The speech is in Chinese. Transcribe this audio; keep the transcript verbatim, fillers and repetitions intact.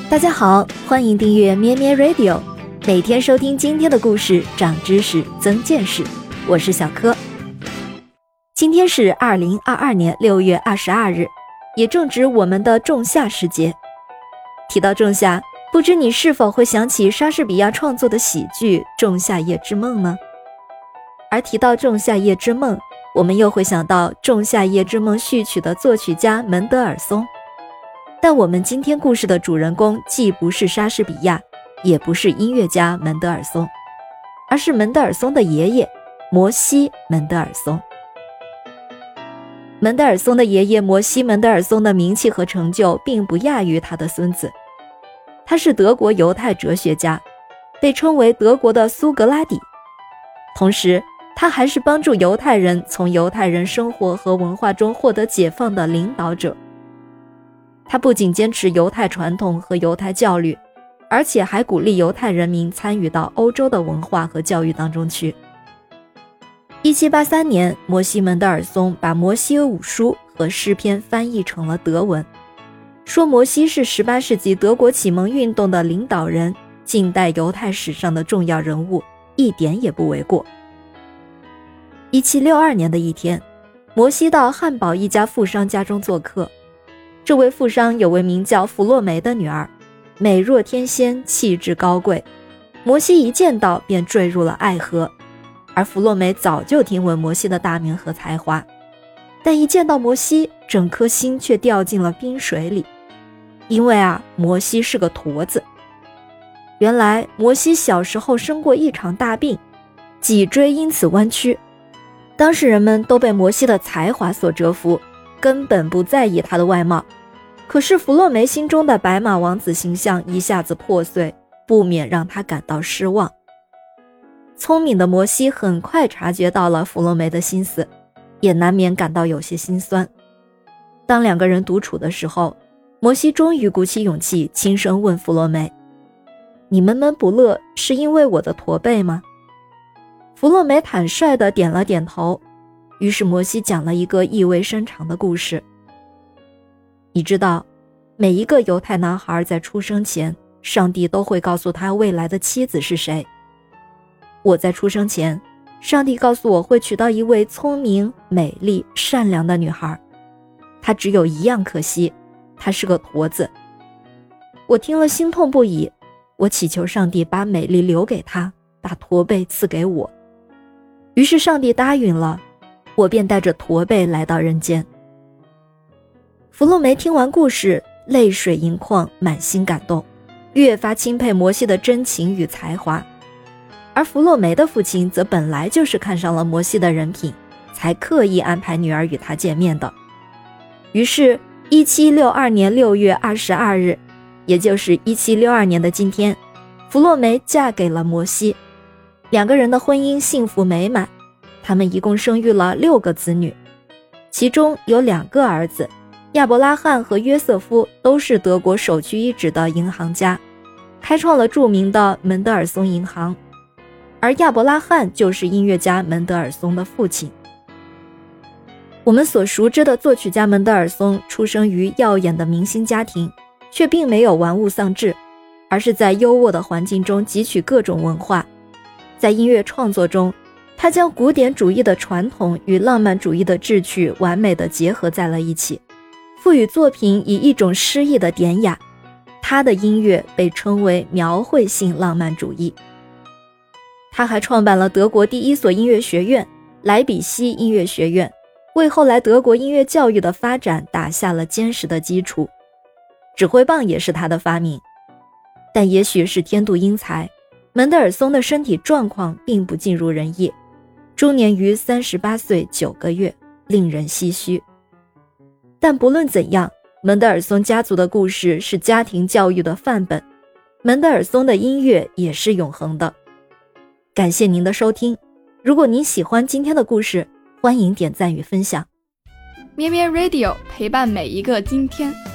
大家好，欢迎订阅咩咩 Radio， 每天收听今天的故事，长知识，增见识。我是小柯。今天是二零二二年六月二十二日，也正值我们的仲夏时节。提到仲夏，不知你是否会想起莎士比亚创作的喜剧《仲夏夜之梦》呢？而提到《仲夏夜之梦》，我们又会想到《仲夏夜之梦》序曲的作曲家门德尔松。但我们今天故事的主人公既不是莎士比亚，也不是音乐家门德尔松，而是门德尔松的爷爷摩西·门德尔松。门德尔松的爷爷摩西·门德尔松的名气和成就并不亚于他的孙子。他是德国犹太哲学家，被称为德国的苏格拉底。同时，他还是帮助犹太人从犹太人生活和文化中获得解放的领导者。他不仅坚持犹太传统和犹太教律，而且还鼓励犹太人民参与到欧洲的文化和教育当中去。一七八三年，摩西·门德尔松把摩西五书和诗篇翻译成了德文，说摩西是十八世纪德国启蒙运动的领导人，近代犹太史上的重要人物，一点也不为过。一七六二年的一天，摩西到汉堡一家富商家中做客。这位富商有位名叫弗洛梅的女儿，美若天仙，气质高贵。摩西一见到便坠入了爱河，而弗洛梅早就听闻摩西的大名和才华，但一见到摩西，整颗心却掉进了冰水里。因为啊，摩西是个驼子。原来摩西小时候生过一场大病，脊椎因此弯曲。当时人们都被摩西的才华所折服，根本不在意他的外貌。可是弗洛梅心中的白马王子形象一下子破碎，不免让他感到失望。聪明的摩西很快察觉到了弗洛梅的心思，也难免感到有些心酸。当两个人独处的时候，摩西终于鼓起勇气轻声问弗洛梅：你闷闷不乐是因为我的驼背吗？弗洛梅坦率地点了点头。于是摩西讲了一个意味深长的故事。你知道，每一个犹太男孩在出生前，上帝都会告诉他未来的妻子是谁。我在出生前，上帝告诉我会娶到一位聪明、美丽、善良的女孩。她只有一样可惜，她是个驼子。我听了心痛不已，我祈求上帝把美丽留给她，把驼背赐给我。于是上帝答应了，我便带着驼背来到人间。弗洛梅听完故事，泪水盈眶，满心感动，越发钦佩摩西的真情与才华。而弗洛梅的父亲则本来就是看上了摩西的人品，才刻意安排女儿与他见面的。于是一七六二年六月二十二日，也就是一七六二年的今天，弗洛梅嫁给了摩西。两个人的婚姻幸福美满，他们一共生育了六个子女，其中有两个儿子，亚伯拉罕和约瑟夫都是德国首屈一指的银行家，开创了著名的门德尔松银行。而亚伯拉罕就是音乐家门德尔松的父亲。我们所熟知的作曲家门德尔松出生于耀眼的明星家庭，却并没有玩物丧志，而是在优渥的环境中汲取各种文化。在音乐创作中，他将古典主义的传统与浪漫主义的志趣完美地结合在了一起，赋予作品以一种诗意的典雅。他的音乐被称为描绘性浪漫主义。他还创办了德国第一所音乐学院莱比锡音乐学院，为后来德国音乐教育的发展打下了坚实的基础。指挥棒也是他的发明。但也许是天妒英才，门德尔松的身体状况并不尽如人意，终年于三十八岁九个月，令人唏嘘。但不论怎样，门德尔松家族的故事是家庭教育的范本，门德尔松的音乐也是永恒的。感谢您的收听，如果您喜欢今天的故事，欢迎点赞与分享。 咩咩 Radio 陪伴每一个今天。